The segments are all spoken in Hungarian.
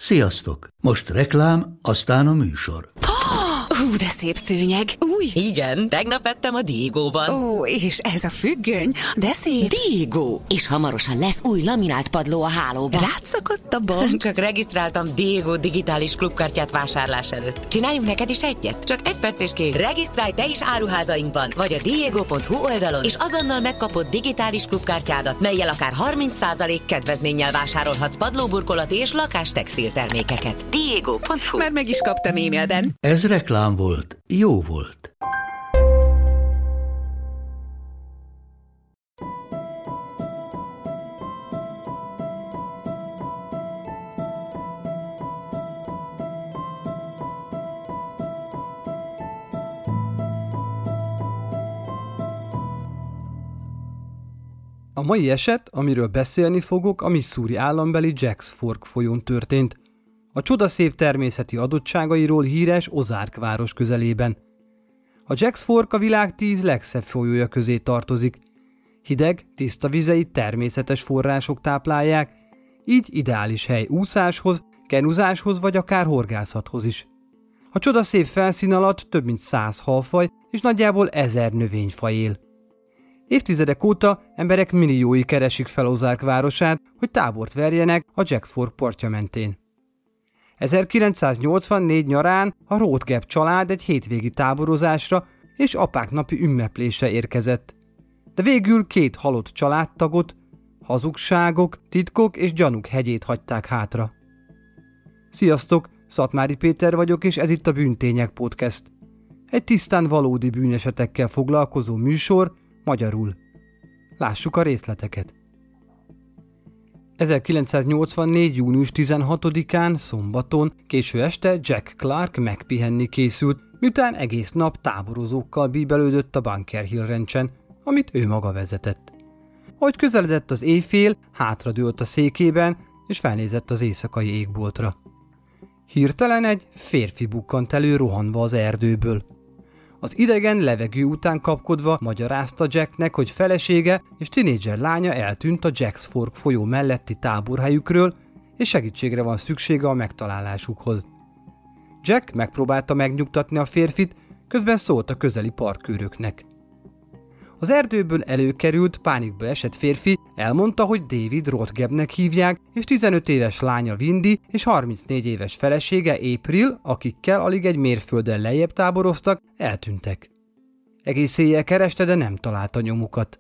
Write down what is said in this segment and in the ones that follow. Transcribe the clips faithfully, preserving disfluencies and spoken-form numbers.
Sziasztok! Most reklám, aztán a műsor. Hú, de szép szőnyeg. Új? Igen, tegnap vettem a Diegóban. Ó, és ez a függöny, de szép. Diegó! És hamarosan lesz új laminált padló a hálóban. Rátszakadt a bank. Csak regisztráltam Diegó digitális klubkártyát vásárlás előtt. Csináljunk neked is egyet? Csak egy perc és kész. Regisztrálj te is áruházainkban, vagy a diego pont hu oldalon, és azonnal megkapod digitális klubkártyádat, mellyel akár harminc százalék kedvezménnyel vásárolhatsz padlóburkolati és lakástextil termékeket. diego pont hu. Már meg is kaptam e-mailben. Ez reklám volt. Jó volt. A mai eset, amiről beszélni fogok, a Missouri állambeli Jacks Fork folyón történt. A csodaszép természeti adottságairól híres Ozark város közelében. A Jacks Fork a világ tíz legszebb folyója közé tartozik. Hideg, tiszta vizeit természetes források táplálják, így ideális hely úszáshoz, kenuzáshoz vagy akár horgászathoz is. A csodaszép felszín alatt több mint száz halfaj és nagyjából ezer növényfaj él. Évtizedek óta emberek milliói keresik fel Ozark városát, hogy tábort verjenek a Jacks Fork partja mentén. ezerkilencszáznyolcvannégy nyarán a Road Gap család egy hétvégi táborozásra és apák napi ünneplésre érkezett. De végül két halott családtagot, hazugságok, titkok és gyanúk hegyét hagyták hátra. Sziasztok, Szatmári Péter vagyok, és ez itt a Bűntények Podcast. Egy tisztán valódi bűnesetekkel foglalkozó műsor, magyarul. Lássuk a részleteket. ezerkilencszáznyolcvannégy. június tizenhatodikán, szombaton, késő este Jack Clark megpihenni készült, miután egész nap táborozókkal bíbelődött a Bunker Hill Ranchen, amit ő maga vezetett. Ahogy közeledett az éjfél, hátradőlt a székében, és felnézett az éjszakai égboltra. Hirtelen egy férfi bukkant elő rohanva az erdőből. Az idegen levegő után kapkodva magyarázta Jacknek, hogy felesége és tinédzser lánya eltűnt a Jacks Fork folyó melletti táborhelyükről, és segítségre van szüksége a megtalálásukhoz. Jack megpróbálta megnyugtatni a férfit, közben szólt a közeli parkőröknek. Az erdőből előkerült, pánikba esett férfi elmondta, hogy David Rothgebnek hívják, és tizenöt éves lánya Windy és harmincnégy éves felesége April, akikkel alig egy mérfölddel lejjebb táboroztak, eltűntek. Egész éjjel kereste, de nem találta nyomukat.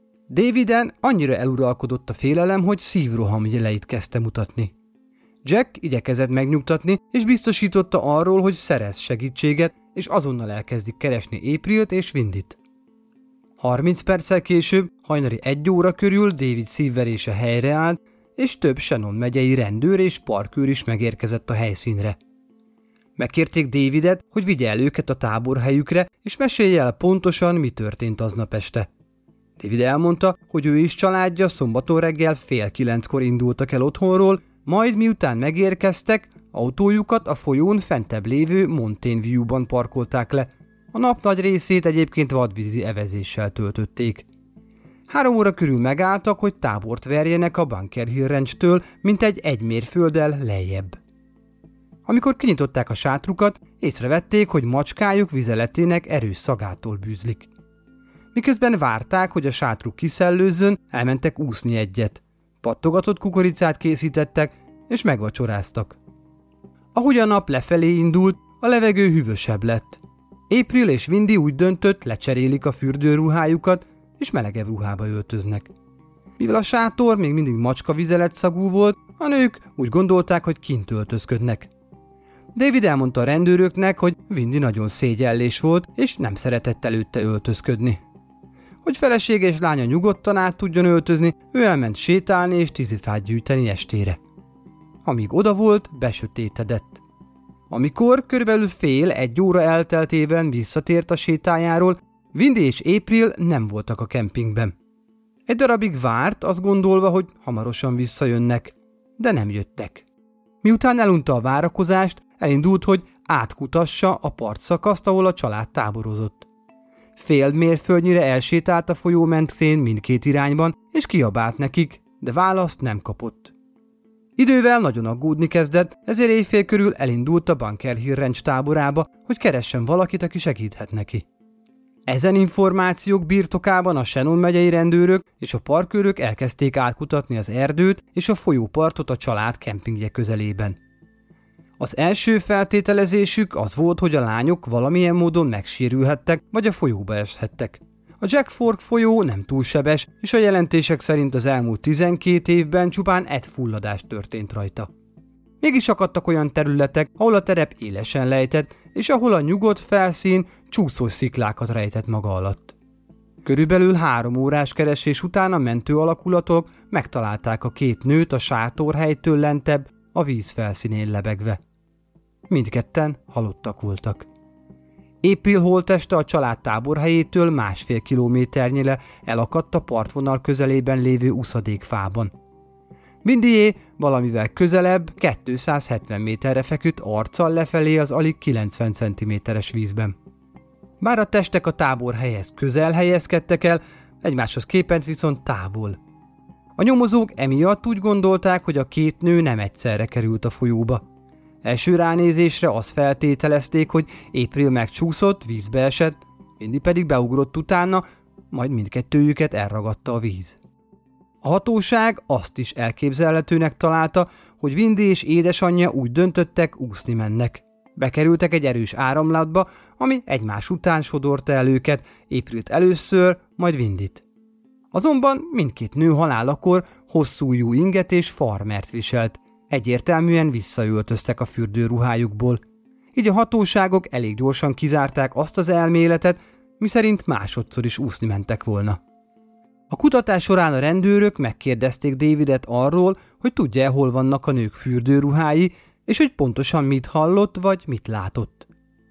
Daviden annyira eluralkodott a félelem, hogy szívroham jeleit kezdte mutatni. Jack igyekezett megnyugtatni, és biztosította arról, hogy szerez segítséget, és azonnal elkezdik keresni Aprilt és Windyt. harminc perccel később, hajnali egy óra körül David szívverése helyreállt, és több Shannon megyei rendőr és parkőr is megérkezett a helyszínre. Megkérték Davidet, hogy vigye el őket a táborhelyükre, és mesélje el pontosan, mi történt aznap este. David elmondta, hogy ő és családja szombaton reggel fél kilenckor indultak el otthonról, majd miután megérkeztek, autójukat a folyón fentebb lévő Mountain View-ban parkolták le. A nap nagy részét egyébként vadvízi evezéssel töltötték. Három óra körül megálltak, hogy tábort verjenek a Bunker Hill Ranchtől, mintegy egy mérfölddel lejjebb. Amikor kinyitották a sátrukat, észrevették, hogy macskájuk vizeletének erős szagától bűzlik. Miközben várták, hogy a sátruk kiszellőzzön, elmentek úszni egyet. Pattogatott kukoricát készítettek, és megvacsoráztak. Ahogy a nap lefelé indult, a levegő hűvösebb lett. April és Windy úgy döntött, lecserélik a fürdőruhájukat, és melegebb ruhába öltöznek. Mivel a sátor még mindig macska vizelet szagú volt, a nők úgy gondolták, hogy kint öltözködnek. David elmondta a rendőröknek, hogy Windy nagyon szégyellés volt, és nem szeretett előtte öltözködni. Hogy felesége és lánya nyugodtan át tudjon öltözni, ő elment sétálni és tizifát gyűjteni estére. Amíg oda volt, besötétedett. Amikor körülbelül fél egy óra elteltében visszatért a sétájáról, Windy és April nem voltak a kempingben. Egy darabig várt, azt gondolva, hogy hamarosan visszajönnek, de nem jöttek. Miután elunta a várakozást, elindult, hogy átkutassa a partszakaszt, ahol a család táborozott. Fél mérföldnyire elsétált a folyó mentén mindkét irányban, és kiabált nekik, de választ nem kapott. Idővel nagyon aggódni kezdett, ezért éjfél körül elindult a Bunker Hill Ranch táborába, hogy keressen valakit, aki segíthet neki. Ezen információk birtokában a Shannon megyei rendőrök és a parkőrök elkezdték átkutatni az erdőt és a folyópartot a család kempingje közelében. Az első feltételezésük az volt, hogy a lányok valamilyen módon megsérülhettek, vagy a folyóba eshettek. A Jack Fork folyó nem túl sebes, és a jelentések szerint az elmúlt tizenkét évben csupán egy fulladás történt rajta. Mégis akadtak olyan területek, ahol a terep élesen lejtett, és ahol a nyugodt felszín csúszós sziklákat rejtett maga alatt. Körülbelül három órás keresés után a mentő alakulatok megtalálták a két nőt a sátorhelytől lentebb, a víz felszínén lebegve. Mindketten halottak voltak. April holtteste a család táborhelyétől másfél kilométernyire elakadt a partvonal közelében lévő uszadékfában. Windyé valamivel közelebb, kétszázhetven méterre feküdt arccal lefelé az alig kilencven centiméteres vízben. Bár a testek a táborhelyhez közel helyezkedtek el, egymáshoz képest viszont távol. A nyomozók emiatt úgy gondolták, hogy a két nő nem egyszerre került a folyóba. Első ránézésre azt feltételezték, hogy April megcsúszott, vízbe esett, Windy pedig beugrott utána, majd mindkettőjüket elragadta a víz. A hatóság azt is elképzelhetőnek találta, hogy Windy és édesanyja úgy döntöttek, úszni mennek. Bekerültek egy erős áramlatba, ami egymás után sodorta el őket, Aprilt először, majd Windyt. Azonban mindkét nő halálakor hosszújú inget és farmert viselt. Egyértelműen visszaöltöztek a fürdőruhájukból. Így a hatóságok elég gyorsan kizárták azt az elméletet, miszerint másodszor is úszni mentek volna. A kutatás során a rendőrök megkérdezték Davidet arról, hogy tudja-e, hol vannak a nők fürdőruhái, és hogy pontosan mit hallott vagy mit látott.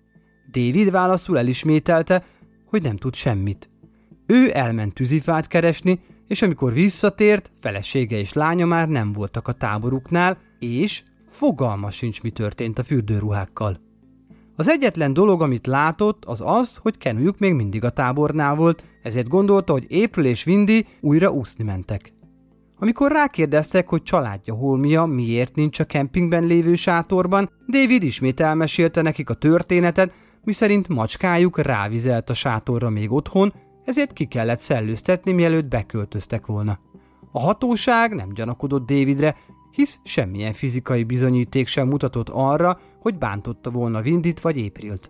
David válaszul elismételte, hogy nem tud semmit. Ő elment tűzifát keresni, és amikor visszatért, felesége és lánya már nem voltak a táboruknál, és fogalma sincs, mi történt a fürdőruhákkal. Az egyetlen dolog, amit látott, az az, hogy Kenujük még mindig a tábornál volt, ezért gondolta, hogy April és Windy újra úszni mentek. Amikor rákérdeztek, hogy családja holmia miért nincs a kempingben lévő sátorban, David ismét elmesélte nekik a történetet, miszerint macskájuk rávizelt a sátorra még otthon, ezért ki kellett szellőztetni, mielőtt beköltöztek volna. A hatóság nem gyanakodott Davidre, hisz semmilyen fizikai bizonyíték sem mutatott arra, hogy bántotta volna Windyt vagy Aprilt.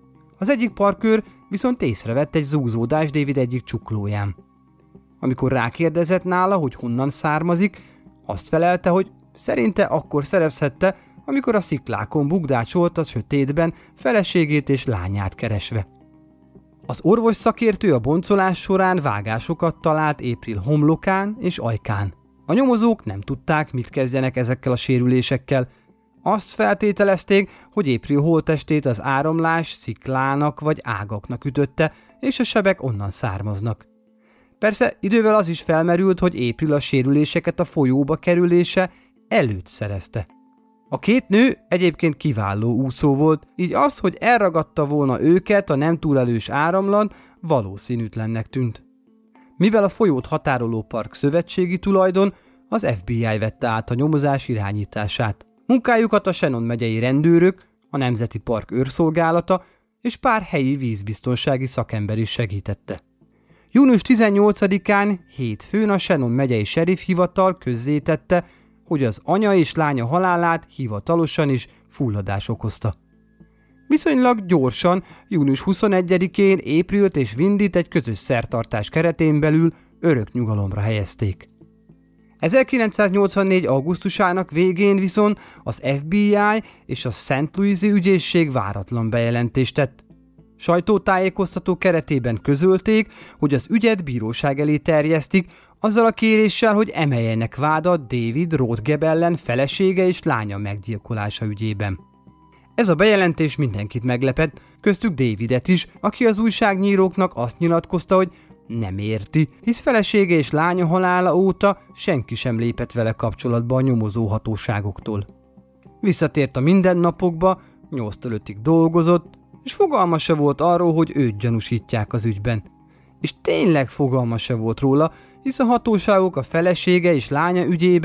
Az egyik parkőr viszont észrevett egy zúzódást David egyik csuklóján. Amikor rákérdezett nála, hogy honnan származik, azt felelte, hogy szerinte akkor szerezhette, amikor a sziklákon bugdácsolt a sötétben feleségét és lányát keresve. Az orvos szakértő a boncolás során vágásokat talált April homlokán és ajkán. A nyomozók nem tudták, mit kezdjenek ezekkel a sérülésekkel. Azt feltételezték, hogy April holttestét az áramlás sziklának vagy ágaknak ütötte, és a sebek onnan származnak. Persze idővel az is felmerült, hogy April a sérüléseket a folyóba kerülése előtt szerezte. A két nő egyébként kiváló úszó volt, így az, hogy elragadta volna őket a nem túl erős áramlat, valószínűtlennek tűnt. Mivel a folyót határoló park szövetségi tulajdon, az ef bé i vette át a nyomozás irányítását. Munkájukat a Shannon megyei rendőrök, a Nemzeti Park őrszolgálata és pár helyi vízbiztonsági szakember is segítette. június tizennyolcadikán hétfőn a Shannon megyei sheriff hivatal közzétette, hogy az anya és lánya halálát hivatalosan is fulladás okozta. Viszonylag gyorsan, június huszonegyedikén Aprilt és Windyt egy közös szertartás keretén belül örök nyugalomra helyezték. ezerkilencszáznyolcvannégy. augusztusának végén viszont az ef bé i és a Saint Louis-i ügyészség váratlan bejelentést tett. Sajtótájékoztató keretében közölték, hogy az ügyet bíróság elé terjesztik, azzal a kéréssel, hogy emeljenek vádat David Rothgeb ellen felesége és lánya meggyilkolása ügyében. Ez a bejelentés mindenkit meglepett, köztük Davidet is, aki az újságnyíróknak azt nyilatkozta, hogy nem érti, hisz felesége és lánya halála óta senki sem lépett vele kapcsolatba a nyomozó hatóságoktól. Visszatért a mindennapokba, nyolctól ötig dolgozott, és fogalma se volt arról, hogy őt gyanúsítják az ügyben. És tényleg fogalma se volt róla, hisz a hatóságok a felesége és lánya ügyében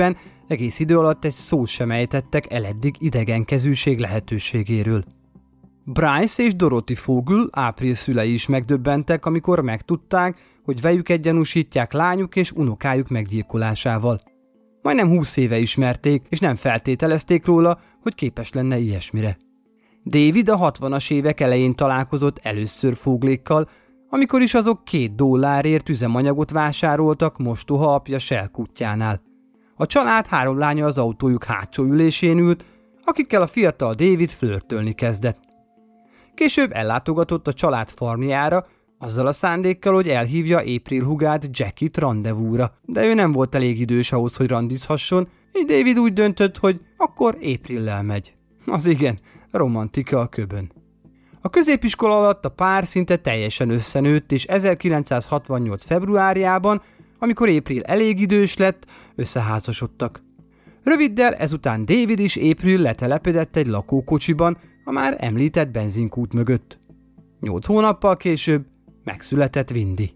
egész idő alatt egy szót sem ejtettek el eddig idegenkezűség lehetőségéről. Bryce és Dorothy Fogel, April szülei is megdöbbentek, amikor megtudták, hogy vejüket gyanúsítják lányuk és unokájuk meggyilkolásával. Majdnem húsz éve ismerték, és nem feltételezték róla, hogy képes lenne ilyesmire. David a hatvanas évek elején találkozott először Foglékkal, amikor is azok két dollárért üzemanyagot vásároltak mostoha apja Shell kutyánál. A család három lánya az autójuk hátsó ülésén ült, akikkel a fiatal David flörtölni kezdett. Később ellátogatott a család farmjára, azzal a szándékkal, hogy elhívja April hugát Jackie-t randevúra, de ő nem volt elég idős ahhoz, hogy randizhasson, így David úgy döntött, hogy akkor Aprillel megy. Az igen, romantika a köbön. A középiskola alatt a pár szinte teljesen összenőtt, és ezerkilencszázhatvannyolc februárjában, amikor April elég idős lett, összeházasodtak. Röviddel ezután David és April letelepedett egy lakókocsiban, a már említett benzinkút mögött. Nyolc hónappal később megszületett Windy.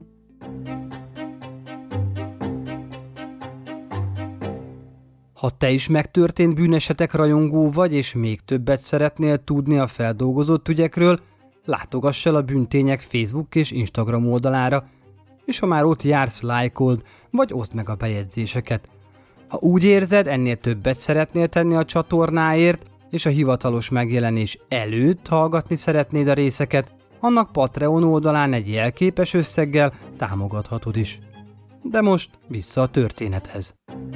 Ha te is megtörtént bűnesetek rajongó vagy, és még többet szeretnél tudni a feldolgozott ügyekről, látogass el a Bűntények Facebook és Instagram oldalára, és ha már ott jársz, lájkold, vagy oszd meg a bejegyzéseket. Ha úgy érzed, ennél többet szeretnél tenni a csatornáért, és a hivatalos megjelenés előtt hallgatni szeretnéd a részeket, annak Patreon oldalán egy jelképes összeggel támogathatod is. De most vissza a történethez.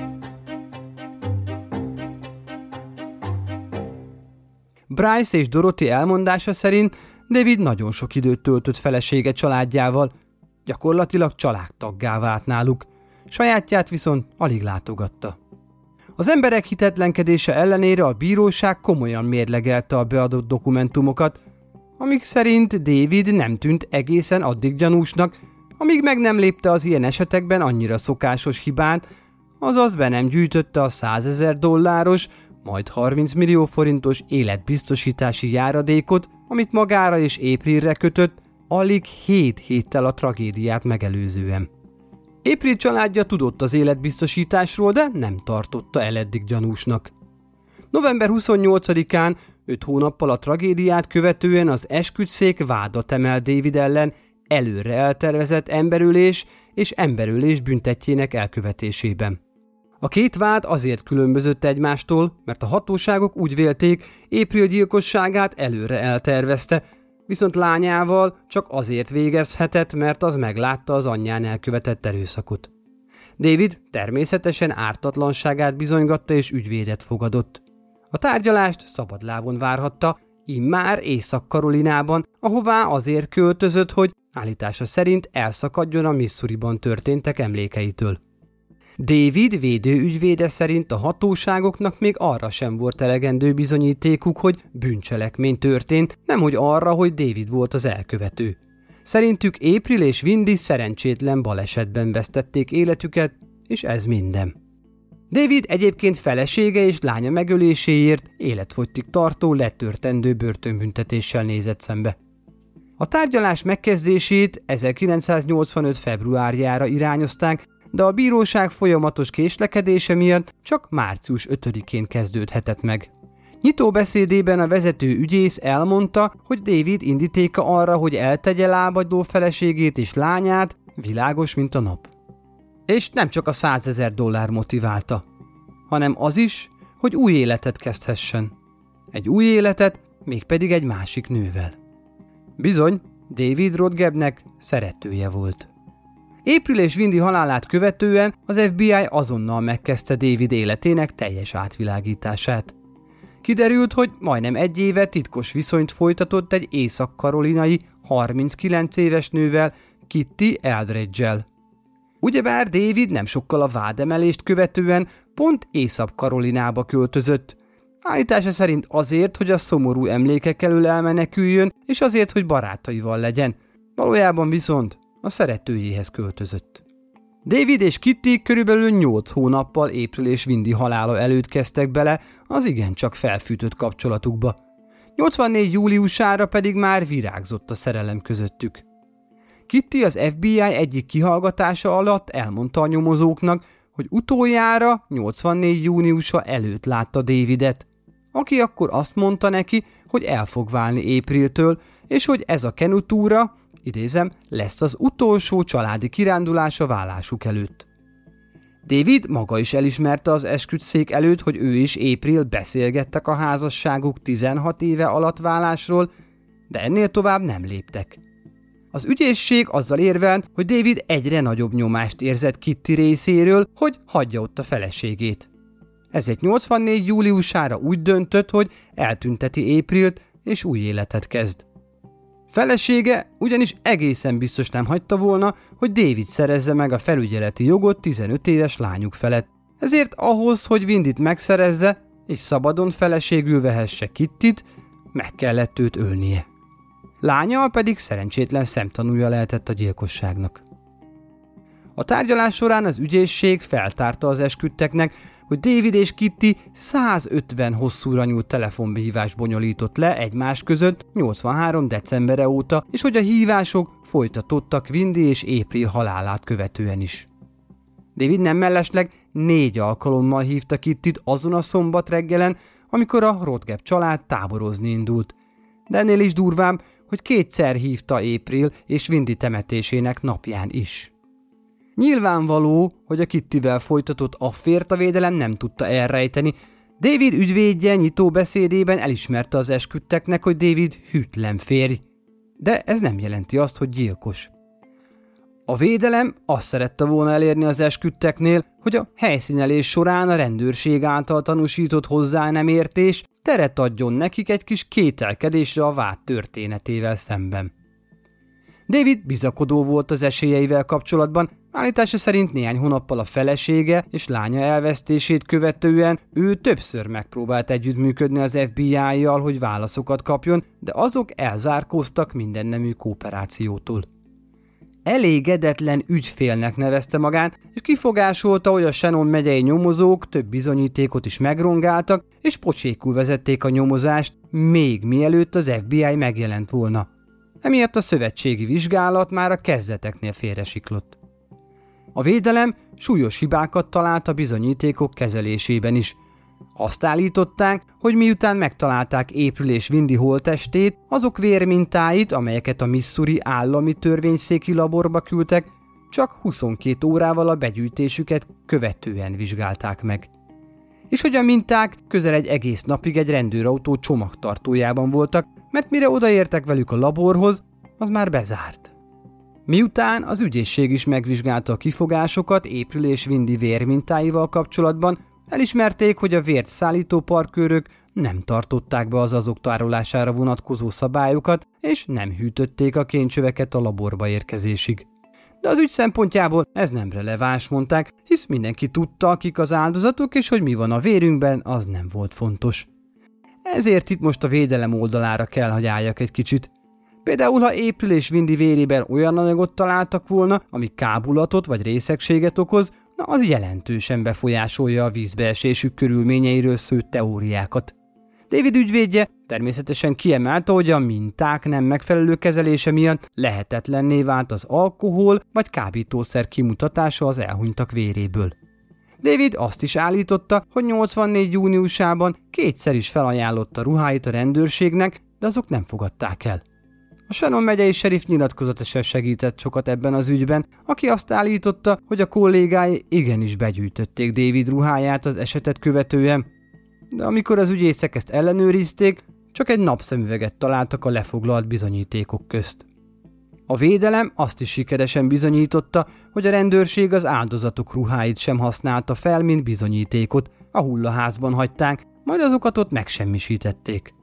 Bryce és Dorothy elmondása szerint David nagyon sok időt töltött felesége családjával, gyakorlatilag családtaggá vált náluk, sajátját viszont alig látogatta. Az emberek hitetlenkedése ellenére a bíróság komolyan mérlegelte a beadott dokumentumokat, amik szerint David nem tűnt egészen addig gyanúsnak, amíg meg nem lépte az ilyen esetekben annyira szokásos hibát, azaz be nem gyűjtötte a százezer dolláros, majd harminc millió forintos életbiztosítási járadékot, amit magára és Aprilre kötött, alig hét héttel a tragédiát megelőzően. April családja tudott az életbiztosításról, de nem tartotta el eddig gyanúsnak. november huszonnyolcadikán, öt hónappal a tragédiát követően az esküdtszék vádat emel David ellen előre eltervezett emberölés és emberölés büntettjének elkövetésében. A két vád azért különbözött egymástól, mert a hatóságok úgy vélték, April gyilkosságát előre eltervezte, viszont lányával csak azért végezhetett, mert az meglátta az anyján elkövetett erőszakot. David természetesen ártatlanságát bizonygatta és ügyvédet fogadott. A tárgyalást szabadlábon várhatta, immár Észak-Karolinában, ahová azért költözött, hogy állítása szerint elszakadjon a Missouriban történtek emlékeitől. David védőügyvéde szerint a hatóságoknak még arra sem volt elegendő bizonyítékuk, hogy bűncselekmény történt, nemhogy arra, hogy David volt az elkövető. Szerintük April és Windy szerencsétlen balesetben vesztették életüket, és ez minden. David egyébként felesége és lánya megöléséért életfogytig tartó letörtendő börtönbüntetéssel nézett szembe. A tárgyalás megkezdését ezerkilencszáznyolcvanöt februárjára irányozták, de a bíróság folyamatos késlekedése miatt csak március ötödikén kezdődhetett meg. Nyitó beszédében a vezető ügyész elmondta, hogy David indítéka arra, hogy eltegye lábadó feleségét és lányát, világos, mint a nap. És nem csak a százezer dollár motiválta, hanem az is, hogy új életet kezdhessen. Egy új életet, mégpedig egy másik nővel. Bizony, David Rodgebnek szeretője volt. April és Windy halálát követően az ef bé i azonnal megkezdte David életének teljes átvilágítását. Kiderült, hogy majdnem egy éve titkos viszonyt folytatott egy észak-karolinai harminckilenc éves nővel, Kitty Eldredge-el. Ugyebár David nem sokkal a vádemelést követően pont Észak-Karolinába költözött. Állítása szerint azért, hogy a szomorú emlékek elől elmeneküljön, és azért, hogy barátaival legyen. Valójában viszont a szeretőjéhez költözött. David és Kitty körülbelül nyolc hónappal April és Windy halála előtt kezdtek bele az igencsak felfűtött kapcsolatukba. nyolcvannégy júliusára pedig már virágzott a szerelem közöttük. Kitty az ef bé i egyik kihallgatása alatt elmondta a nyomozóknak, hogy utoljára nyolcvannégy júniusa előtt látta Davidet, aki akkor azt mondta neki, hogy el fog válni Apriltől, és hogy ez a kenutúra, idézem, lesz az utolsó családi kirándulás a válásuk előtt. David maga is elismerte az esküdtszék előtt, hogy ő és April beszélgettek a házasságuk tizenhat éve alatt válásról, de ennél tovább nem léptek. Az ügyészség azzal érvel, hogy David egyre nagyobb nyomást érzett Kitty részéről, hogy hagyja ott a feleségét. Ezért nyolcvannégy júliusára úgy döntött, hogy eltünteti Aprilt és új életet kezd. Felesége ugyanis egészen biztos nem hagyta volna, hogy David szerezze meg a felügyeleti jogot tizenöt éves lányuk felett. Ezért ahhoz, hogy Windit megszerezze és szabadon feleségül vehesse Kittyt, meg kellett őt ölnie. Lánya pedig szerencsétlen szemtanúja lehetett a gyilkosságnak. A tárgyalás során az ügyészség feltárta az esküdteknek, hogy David és Kitty százötven hosszúra nyúlt telefonhívást bonyolított le egymás között nyolcvanhárom decembere óta, és hogy a hívások folytatódtak Windy és April halálát követően is. David nem mellesleg négy alkalommal hívta Kittyt azon a szombat reggelen, amikor a Rodgap család táborozni indult. De ennél is durvább, hogy kétszer hívta April és Windy temetésének napján is. Nyilvánvaló, hogy a Kittyvel folytatott affért a védelem nem tudta elrejteni. David ügyvédje nyitó beszédében elismerte az esküdteknek, hogy David hűtlen férj. De ez nem jelenti azt, hogy gyilkos. A védelem azt szerette volna elérni az esküdteknél, hogy a helyszínelés során a rendőrség által tanúsított hozzá nem értés teret adjon nekik egy kis kételkedésre a vád történetével szemben. David bizakodó volt az esélyeivel kapcsolatban, állítása szerint néhány hónappal a felesége és lánya elvesztését követően ő többször megpróbált együttműködni az ef bé í-jal, hogy válaszokat kapjon, de azok elzárkóztak mindennemű kooperációtól. Elégedetlen ügyfélnek nevezte magát, és kifogásolta, hogy a Shannon megyei nyomozók több bizonyítékot is megrongáltak, és pocsékul vezették a nyomozást, még mielőtt az ef bé í megjelent volna. Emiatt a szövetségi vizsgálat már a kezdeteknél félresiklott. A védelem súlyos hibákat talált a bizonyítékok kezelésében is. Azt állították, hogy miután megtalálták April és Windy holttestét, azok vérmintáit, amelyeket a Missouri állami törvényszéki laborba küldtek, csak huszonkét órával a begyűjtésüket követően vizsgálták meg. És hogy a minták közel egy egész napig egy rendőrautó csomagtartójában voltak, mert mire odaértek velük a laborhoz, az már bezárt. Miután az ügyészség is megvizsgálta a kifogásokat April és Windy vérmintáival kapcsolatban, elismerték, hogy a vért szállító parkőrök nem tartották be az azok tárolására vonatkozó szabályokat, és nem hűtötték a kéncsöveket a laborba érkezésig. De az ügy szempontjából ez nem releváns, mondták, hisz mindenki tudta, kik az áldozatok, és hogy mi van a vérünkben, az nem volt fontos. Ezért itt most a védelem oldalára kell, hogy álljak egy kicsit. Például, ha April és Windy vérében olyan anyagot találtak volna, ami kábulatot vagy részegséget okoz, na az jelentősen befolyásolja a vízbeesésük körülményeiről szőtt teóriákat. David ügyvédje természetesen kiemelte, hogy a minták nem megfelelő kezelése miatt lehetetlenné vált az alkohol vagy kábítószer kimutatása az elhunytak véréből. David azt is állította, hogy nyolcvannégy júniusában kétszer is felajánlotta ruháit a rendőrségnek, de azok nem fogadták el. A Shannon megyei sheriff nyilatkozata sem segített sokat ebben az ügyben, aki azt állította, hogy a kollégái igenis begyűjtötték David ruháját az esetet követően, de amikor az ügyészek ezt ellenőrizték, csak egy napszemüveget találtak a lefoglalt bizonyítékok közt. A védelem azt is sikeresen bizonyította, hogy a rendőrség az áldozatok ruháit sem használta fel, mint bizonyítékot, a hullaházban hagyták, majd azokat ott megsemmisítették.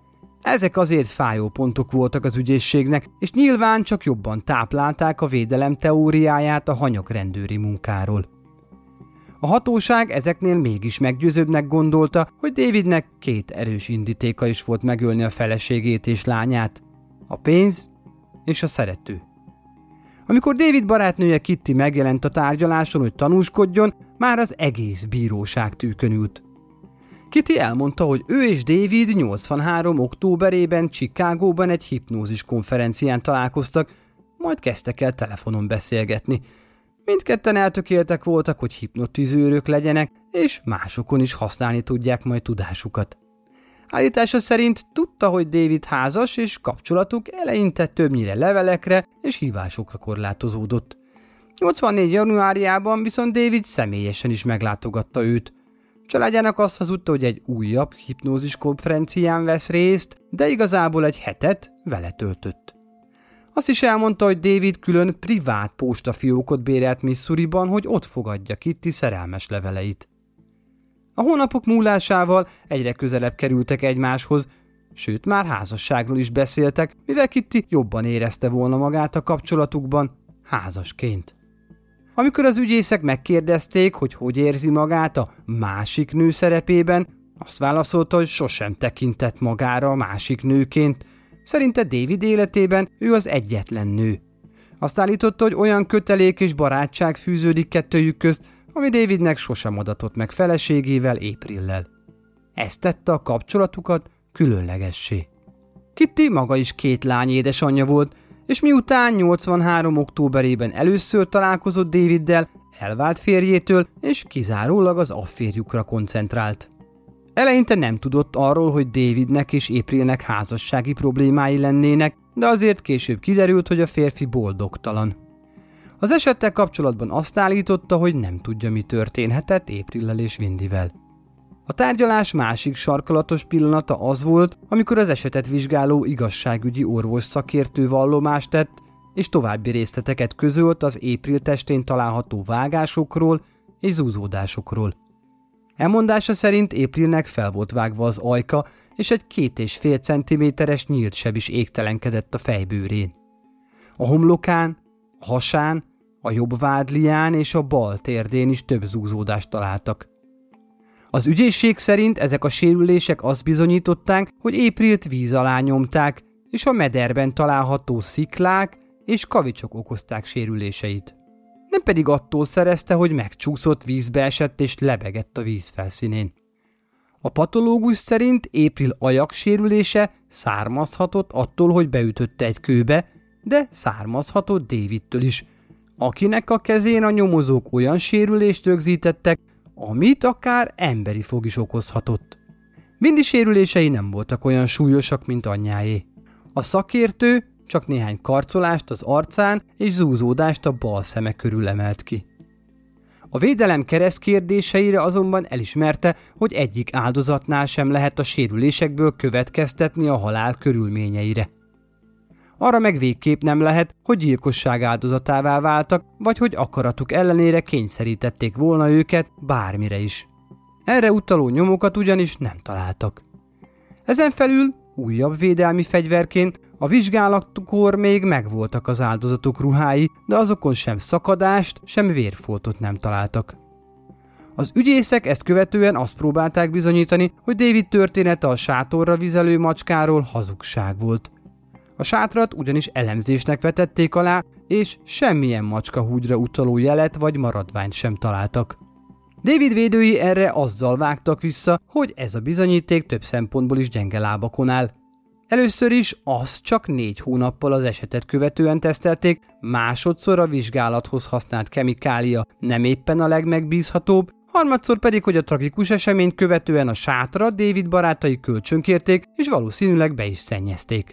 Ezek azért fájó pontok voltak az ügyészségnek, és nyilván csak jobban táplálták a védelem teóriáját a hanyag rendőri munkáról. A hatóság ezeknél mégis meggyőzőbbnek gondolta, hogy Davidnek két erős indítéka is volt megölni a feleségét és lányát, a pénz és a szerető. Amikor David barátnője Kitty megjelent a tárgyaláson, hogy tanúskodjon, már az egész bíróság tűkön ült. Kitty elmondta, hogy ő és David nyolcvanhárom októberében Chicagóban egy hipnózis konferencián találkoztak, majd kezdtek el telefonon beszélgetni. Mindketten eltökéltek voltak, hogy hipnotizőrök legyenek, és másokon is használni tudják majd tudásukat. Állítása szerint tudta, hogy David házas, és kapcsolatuk eleinte többnyire levelekre és hívásokra korlátozódott. nyolcvannégy januárjában viszont David személyesen is meglátogatta őt. Családjának azt hazudta, hogy egy újabb hipnózis konferencián vesz részt, de igazából egy hetet vele töltött. Azt is elmondta, hogy David külön privát postafiókot bérelt Missouriban, hogy ott fogadja Kitty szerelmes leveleit. A hónapok múlásával egyre közelebb kerültek egymáshoz, sőt már házasságról is beszéltek, mivel Kitty jobban érezte volna magát a kapcsolatukban, házasként. Amikor az ügyészek megkérdezték, hogy hogy érzi magát a másik nő szerepében, azt válaszolta, hogy sosem tekintett magára a másik nőként. Szerinte David életében ő az egyetlen nő. Azt állította, hogy olyan kötelék és barátság fűződik kettőjük közt, ami Davidnek sosem adatott meg feleségével, Aprillel. Ez tette a kapcsolatukat különlegessé. Kitty maga is két lány édesanyja volt, és miután nyolcvanhárom októberében először találkozott Daviddel, elvált férjétől, és kizárólag az afférjukra koncentrált. Eleinte nem tudott arról, hogy Davidnek és Aprilnek házassági problémái lennének, de azért később kiderült, hogy a férfi boldogtalan. Az esettel kapcsolatban azt állította, hogy nem tudja, mi történhetett Aprillel és Windyvel. A tárgyalás másik sarkalatos pillanata az volt, amikor az esetet vizsgáló igazságügyi orvos szakértő vallomást tett, és további részleteket közölt az April testén található vágásokról és zúzódásokról. Elmondása szerint Aprilnek fel volt vágva az ajka, és egy két és fél centiméteres nyílt seb is égtelenkedett a fejbőrén. A homlokán, a hasán, a jobb vádlián és a bal térdén is több zúzódást találtak. Az ügyészség szerint ezek a sérülések azt bizonyították, hogy Aprilt víz alá nyomták, és a mederben található sziklák és kavicsok okozták sérüléseit. Nem pedig attól szerezte, hogy megcsúszott, vízbe esett és lebegett a víz felszínén. A patológus szerint April ajak sérülése származhatott attól, hogy beütötte egy kőbe, de származhatott Davidtől is, akinek a kezén a nyomozók olyan sérülést rögzítettek, amit akár emberi fog is okozhatott. Windy sérülései nem voltak olyan súlyosak, mint anyjáé. A szakértő csak néhány karcolást az arcán és zúzódást a bal szeme körül emelt ki. A védelem keresztkérdéseire azonban elismerte, hogy egyik áldozatnál sem lehet a sérülésekből következtetni a halál körülményeire. Arra meg végképp nem lehet, hogy gyilkosság áldozatává váltak, vagy hogy akaratuk ellenére kényszerítették volna őket bármire is. Erre utaló nyomokat ugyanis nem találtak. Ezen felül újabb védelmi fegyverként a vizsgálatkor még megvoltak az áldozatok ruhái, de azokon sem szakadást, sem vérfoltot nem találtak. Az ügyészek ezt követően azt próbálták bizonyítani, hogy David története a sátorra vizelő macskáról hazugság volt. A sátrat ugyanis elemzésnek vetették alá, és semmilyen macskahúgyra utaló jelet vagy maradványt sem találtak. David védői erre azzal vágtak vissza, hogy ez a bizonyíték több szempontból is gyenge lábakon áll. Először is azt csak négy hónappal az esetet követően tesztelték, másodszor a vizsgálathoz használt kemikália nem éppen a legmegbízhatóbb, harmadszor pedig, hogy a tragikus eseményt követően a sátrat David barátai kölcsönkérték, és valószínűleg be is szennyezték.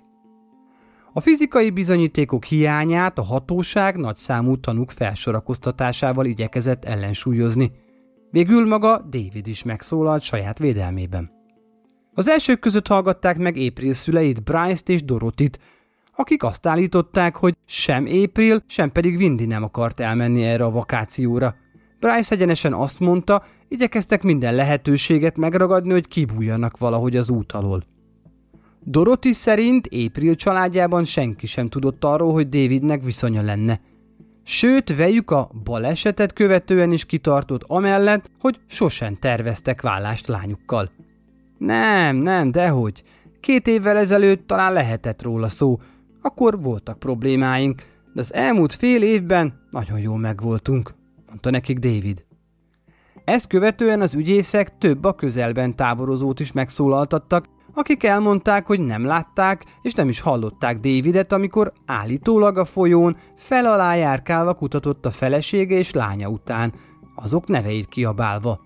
A fizikai bizonyítékok hiányát a hatóság nagyszámú tanúk felsorakoztatásával igyekezett ellensúlyozni. Végül maga David is megszólalt saját védelmében. Az elsők között hallgatták meg April szüleit, Bryce-t és Dorothit, akik azt állították, hogy sem April, sem pedig Windy nem akart elmenni erre a vakációra. Bryce egyenesen azt mondta, igyekeztek minden lehetőséget megragadni, hogy kibújjanak valahogy az út alól. Dorothy szerint April családjában senki sem tudott arról, hogy Davidnek viszonya lenne. Sőt, vejük a balesetet követően is kitartott amellett, hogy sosem terveztek vállást lányukkal. Nem, nem, dehogy. Két évvel ezelőtt talán lehetett róla szó. Akkor voltak problémáink, de az elmúlt fél évben nagyon jól megvoltunk, mondta nekik David. Ezt követően az ügyészek több a közelben táborozót is megszólaltattak, akik elmondták, hogy nem látták és nem is hallották Davidet, amikor állítólag a folyón fel alá járkálva kutatott a felesége és lánya után, azok neveit kiabálva.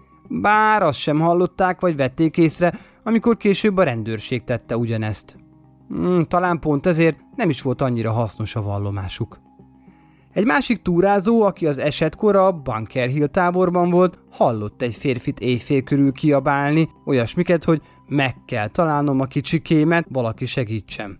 Bár azt sem hallották vagy vették észre, amikor később a rendőrség tette ugyanezt. Hmm, talán pont ezért nem is volt annyira hasznos a vallomásuk. Egy másik túrázó, aki az esetkor a Bunker Hill táborban volt, hallott egy férfit éjfél körül kiabálni, olyasmiket, hogy meg kell találnom a kicsikémet, valaki segítsem.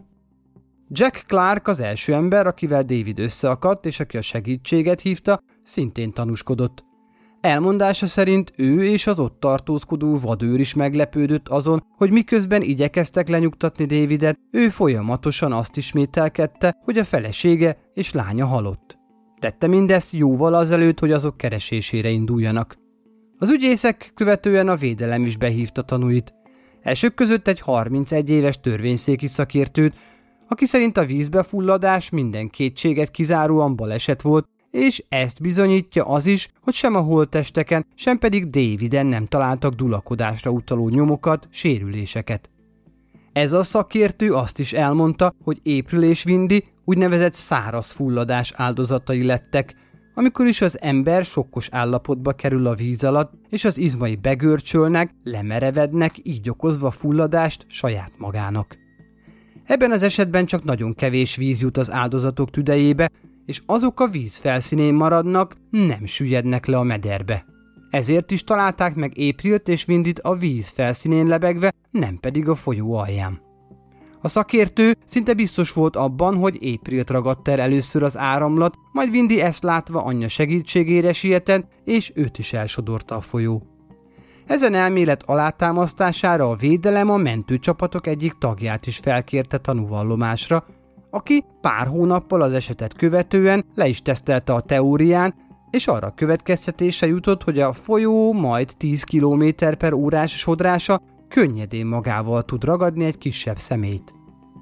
Jack Clark az első ember, akivel David összeakadt, és aki a segítséget hívta, szintén tanúskodott. Elmondása szerint ő és az ott tartózkodó vadőr is meglepődött azon, hogy miközben igyekeztek lenyugtatni Davidet, ő folyamatosan azt ismételkedte, hogy a felesége és lánya halott. Tette mindezt jóval azelőtt, hogy azok keresésére induljanak. Az ügyészek követően a védelem is behívta tanúit. Elsők között egy harmincegy éves törvényszéki szakértőt, aki szerint a vízbefulladás minden kétséget kizáróan baleset volt, és ezt bizonyítja az is, hogy sem a holttesteken, sem pedig Daviden nem találtak dulakodásra utaló nyomokat, sérüléseket. Ez a szakértő azt is elmondta, hogy April és Windy úgynevezett száraz fulladás áldozatai lettek, amikor is az ember sokkos állapotba kerül a víz alatt, és az izmai begörcsölnek, lemerevednek, így okozva fulladást saját magának. Ebben az esetben csak nagyon kevés víz jut az áldozatok tüdejébe, és azok a víz felszínén maradnak, nem süllyednek le a mederbe. Ezért is találták meg Aprilt és Windyt a víz felszínén lebegve, nem pedig a folyó alján. A szakértő szinte biztos volt abban, hogy Aprilt ragadta el először az áramlat, majd Windy ezt látva anyja segítségére sietett, és őt is elsodorta a folyó. Ezen elmélet alátámasztására a védelem a mentőcsapatok egyik tagját is felkérte tanúvallomásra, aki pár hónappal az esetet követően le is tesztelte a teórián, és arra a következtetésre jutott, hogy a folyó majd tíz kilométer per órás sodrása könnyedén magával tud ragadni egy kisebb személyt.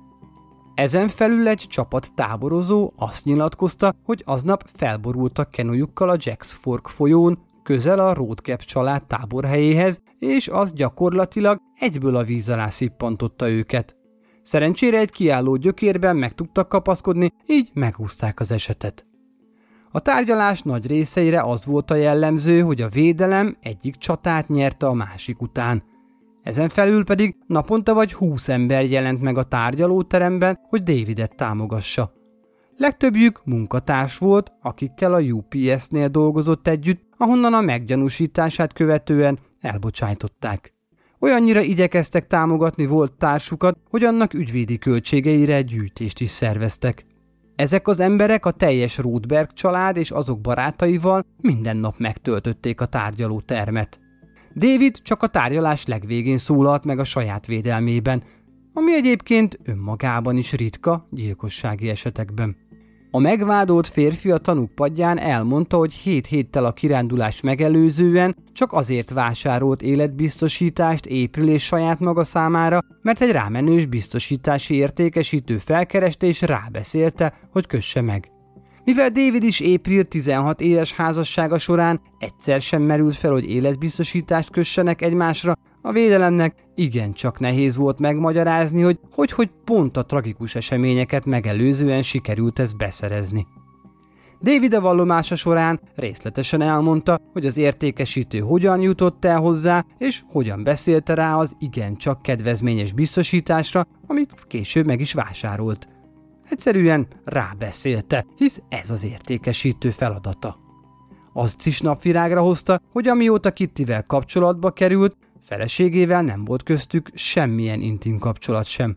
Ezen felül egy csapat táborozó azt nyilatkozta, hogy aznap felborultak kenújukkal a Jacks Fork folyón, közel a Roadcap család táborhelyéhez, és az gyakorlatilag egyből a víz alá szippantotta őket. Szerencsére egy kiálló gyökérben meg tudtak kapaszkodni, így megúszták az esetet. A tárgyalás nagy részeire az volt a jellemző, hogy a védelem egyik csatát nyerte a másik után. Ezen felül pedig naponta vagy húsz ember jelent meg a tárgyalóteremben, hogy Davidet támogassa. Legtöbbjük munkatárs volt, akikkel a U P S-nél dolgozott együtt, ahonnan a meggyanúsítását követően elbocsájtották. Olyannyira igyekeztek támogatni volt társukat, hogy annak ügyvédi költségeire gyűjtést is szerveztek. Ezek az emberek a teljes Rothberg család és azok barátaival minden nap megtöltötték a tárgyalótermet. David csak a tárgyalás legvégén szólalt meg a saját védelmében, ami egyébként önmagában is ritka gyilkossági esetekben. A megvádolt férfi a tanúk padján elmondta, hogy hét héttel a kirándulás megelőzően csak azért vásárolt életbiztosítást April és saját maga számára, mert egy rámenős biztosítási értékesítő felkereste és rábeszélte, hogy kösse meg. Mivel David és April tizenhat éves házassága során egyszer sem merült fel, hogy életbiztosítást kössenek egymásra, a védelemnek igencsak nehéz volt megmagyarázni, hogy hogy, hogy pont a tragikus eseményeket megelőzően sikerült ezt beszerezni. David a vallomása során részletesen elmondta, hogy az értékesítő hogyan jutott el hozzá, és hogyan beszélte rá az igencsak kedvezményes biztosításra, amit később meg is vásárolt. Egyszerűen rábeszélte, hisz ez az értékesítő feladata. Azt is napvirágra hozta, hogy amióta Kittyvel kapcsolatba került, feleségével nem volt köztük semmilyen intim kapcsolat sem.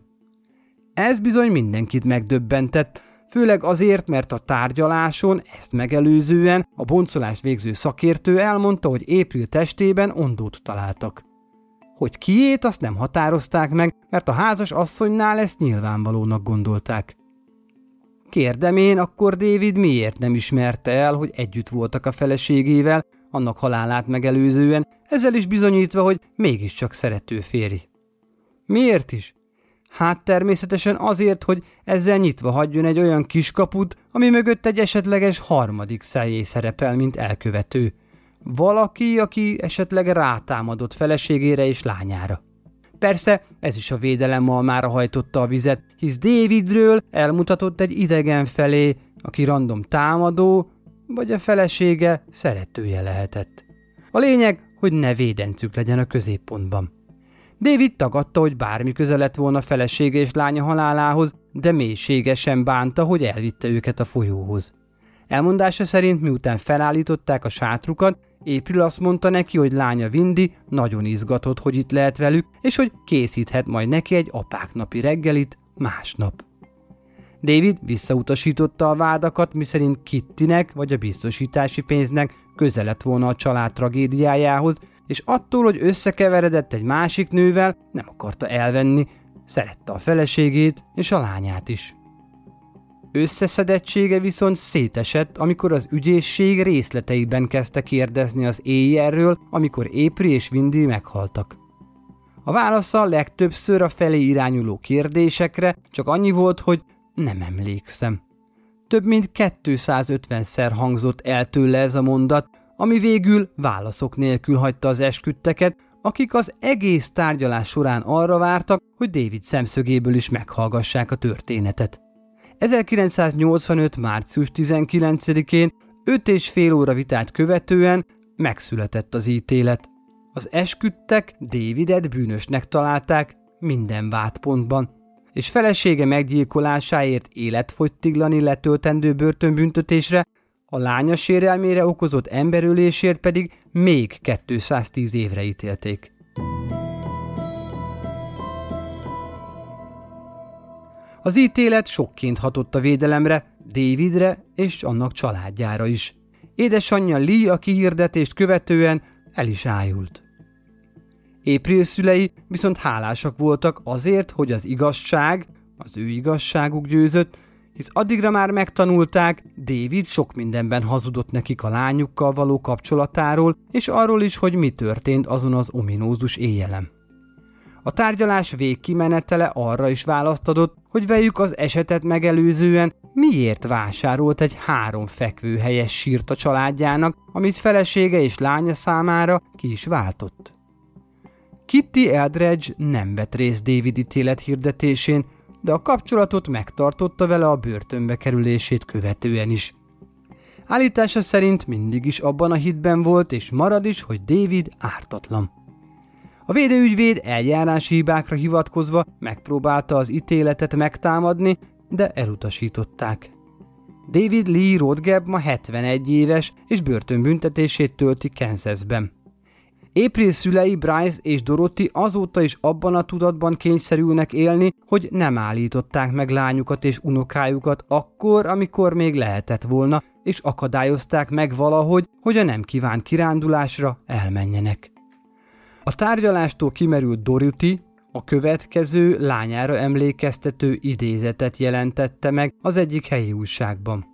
Ez bizony mindenkit megdöbbentett, főleg azért, mert a tárgyaláson ezt megelőzően a boncolást végző szakértő elmondta, hogy April testében ondót találtak. Hogy kiét, azt nem határozták meg, mert a házas asszonynál ezt nyilvánvalónak gondolták. Kérdem én, akkor David miért nem ismerte el, hogy együtt voltak a feleségével, annak halálát megelőzően, ezzel is bizonyítva, hogy mégiscsak szerető férj. Miért is? Hát természetesen azért, hogy ezzel nyitva hagyjon egy olyan kiskaput, ami mögött egy esetleges harmadik személy szerepel, mint elkövető. Valaki, aki esetleg rátámadott feleségére és lányára. Persze ez is a védelem malmára hajtotta a vizet, hisz Davidről elmutatott egy idegen felé, aki random támadó, vagy a felesége szeretője lehetett. A lényeg, hogy ne védencük legyen a középpontban. David tagadta, hogy bármi köze lett volna felesége és lánya halálához, de mélységesen bánta, hogy elvitte őket a folyóhoz. Elmondása szerint, miután felállították a sátrukat, April azt mondta neki, hogy lánya Windy nagyon izgatott, hogy itt lehet velük, és hogy készíthet majd neki egy apáknapi reggelit másnap. David visszautasította a vádakat, miszerint Kittynek vagy a biztosítási pénznek köze lett volna a család tragédiájához, és attól, hogy összekeveredett egy másik nővel, nem akarta elvenni, szerette a feleségét és a lányát is. Összeszedettsége viszont szétesett, amikor az ügyészség részleteiben kezdte kérdezni az éjjelről, amikor April és Windy meghaltak. A válasza legtöbbször a felé irányuló kérdésekre csak annyi volt, hogy nem emlékszem. Több mint kétszázötvenszer hangzott el tőle ez a mondat, ami végül válaszok nélkül hagyta az esküdteket, akik az egész tárgyalás során arra vártak, hogy David szemszögéből is meghallgassák a történetet. ezerkilencszáznyolcvanöt. március tizenkilencedikén öt és fél óra vitát követően megszületett az ítélet. Az esküdtek Davidet bűnösnek találták minden vádpontban, és felesége meggyilkolásáért életfogytiglani letöltendő börtönbüntetésre, a lánya sérelmére okozott emberölésért pedig még kétszáztíz évre ítélték. Az ítélet sokként hatott a védelemre, Davidre és annak családjára is. Édesanyja Lee a kihirdetést követően el is ájult. April szülei viszont hálásak voltak azért, hogy az igazság, az ő igazságuk győzött, hisz addigra már megtanulták, David sok mindenben hazudott nekik a lányukkal való kapcsolatáról, és arról is, hogy mi történt azon az ominózus éjjelen. A tárgyalás végkimenetele arra is választ adott, hogy velük az esetet megelőzően miért vásárolt egy három fekvőhelyes sírt a családjának, amit felesége és lánya számára ki is váltott. Kitty Eldredge nem vett részt David ítélet hirdetésén, de a kapcsolatot megtartotta vele a börtönbe kerülését követően is. Állítása szerint mindig is abban a hitben volt, és marad is, hogy David ártatlan. A védőügyvéd eljárási hibákra hivatkozva megpróbálta az ítéletet megtámadni, de elutasították. David Lee Rodgeb ma hetvenegy éves, és börtönbüntetését tölti Kansasben. April szülei Bryce és Dorothy azóta is abban a tudatban kényszerülnek élni, hogy nem állították meg lányukat és unokájukat akkor, amikor még lehetett volna, és akadályozták meg valahogy, hogy a nem kívánt kirándulásra elmenjenek. A tárgyalástól kimerült Dorothy a következő lányára emlékeztető idézetet jelentette meg az egyik helyi újságban.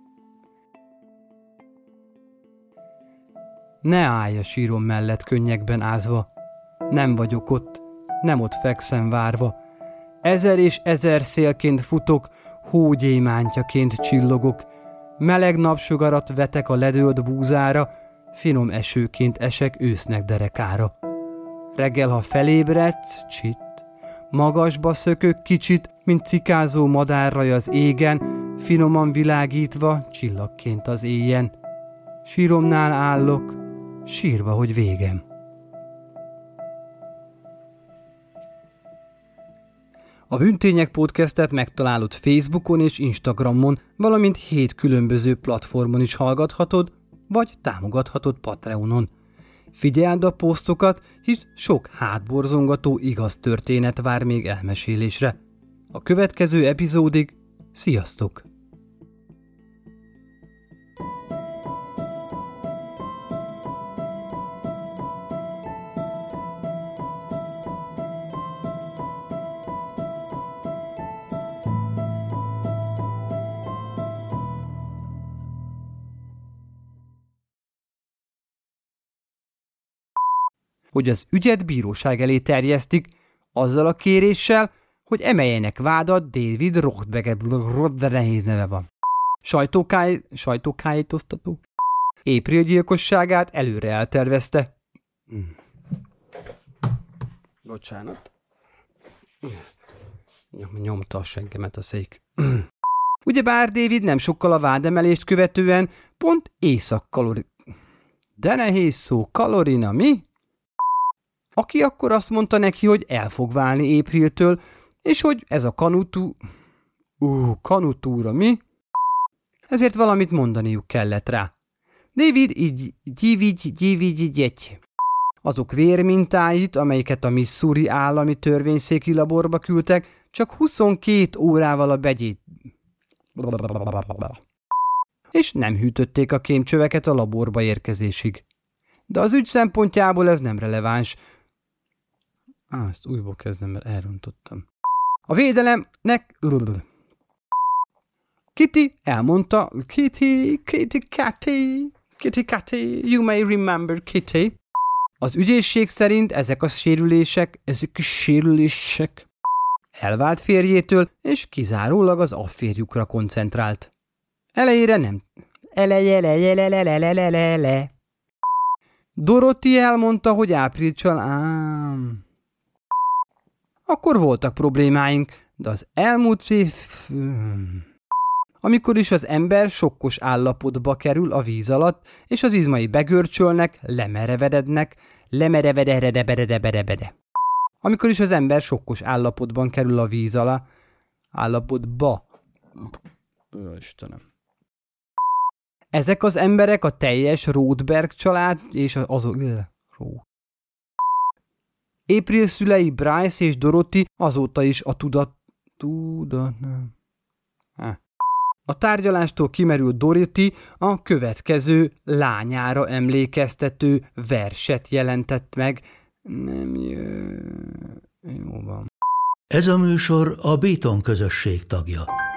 Ne állj a sírom mellett könnyekben ázva, nem vagyok ott, nem ott fekszem várva. Ezer és ezer szélként futok, hógyémántjaként csillogok, meleg napsugarat vetek a ledőlt búzára, finom esőként esek ősznek derekára. Reggel, ha felébredsz, csit, magasba szökök kicsit, mint cikázó madárraj az égen, finoman világítva, csillagként az éjjen. Síromnál állok, sírva, hogy végem. A Bűntények podcastet megtalálod Facebookon és Instagramon, valamint hét különböző platformon is hallgathatod, vagy támogathatod Patreonon. Figyeld a posztokat, hisz sok hátborzongató igaz történet vár még elmesélésre. A következő epizódig sziasztok! Hogy az ügyet bíróság elé terjesztik, azzal a kéréssel, hogy emeljenek vádat David Rothberger, nehéz neve van. Sajtókáj, sajtókájétoztató. April gyilkosságát előre eltervezte. Hmm. Bocsánat. Nyomta a seggemet a szék. Ugyebár David nem sokkal a vádemelést követően pont éjszak-kalori... De nehéz szó, Kalorina, mi? Aki akkor azt mondta neki, hogy el fog válni Apriltől, és hogy ez a kanutú... Ú, kanutúra, mi? Ezért valamit mondaniuk kellett rá. David így gyívigy, gyívigy, gyety. Azok vérmintáit, amelyeket a Missouri állami törvényszéki laborba küldtek, csak huszonkét órával a begyét... És nem hűtötték a kémcsöveket a laborba érkezésig. De az ügy szempontjából ez nem releváns. Á, ezt újból kezdem, mert elrontottam. A védelemnek... Kitty elmondta... Kitty, Kitty, Kitty, Kitty, Kitty, you may remember Kitty. Az ügyészség szerint ezek a sérülések, ezek a sérülések elvált férjétől, és kizárólag az afférjukra koncentrált. Elejére nem. Elejele. Dorothy elmondta, hogy Aprilcsal ám. Akkor voltak problémáink, de az elmúlt év... Amikor is az ember sokkos állapotba kerül a víz alatt, és az izmai begörcsölnek, lemerevedednek, lemerevededebedebedebede. Amikor is az ember sokkos állapotban kerül a víz alá, állapotba. Ö, Istenem. Ezek az emberek a teljes Rothberg család és azok... April szülei Bryce és Dorothy azóta is a tudat... Tudat... Nem. A tárgyalástól kimerült Dorothy a következő lányára emlékeztető verset jelentett meg. Nem jö... Jó van. Ez a műsor a Béton közösség tagja.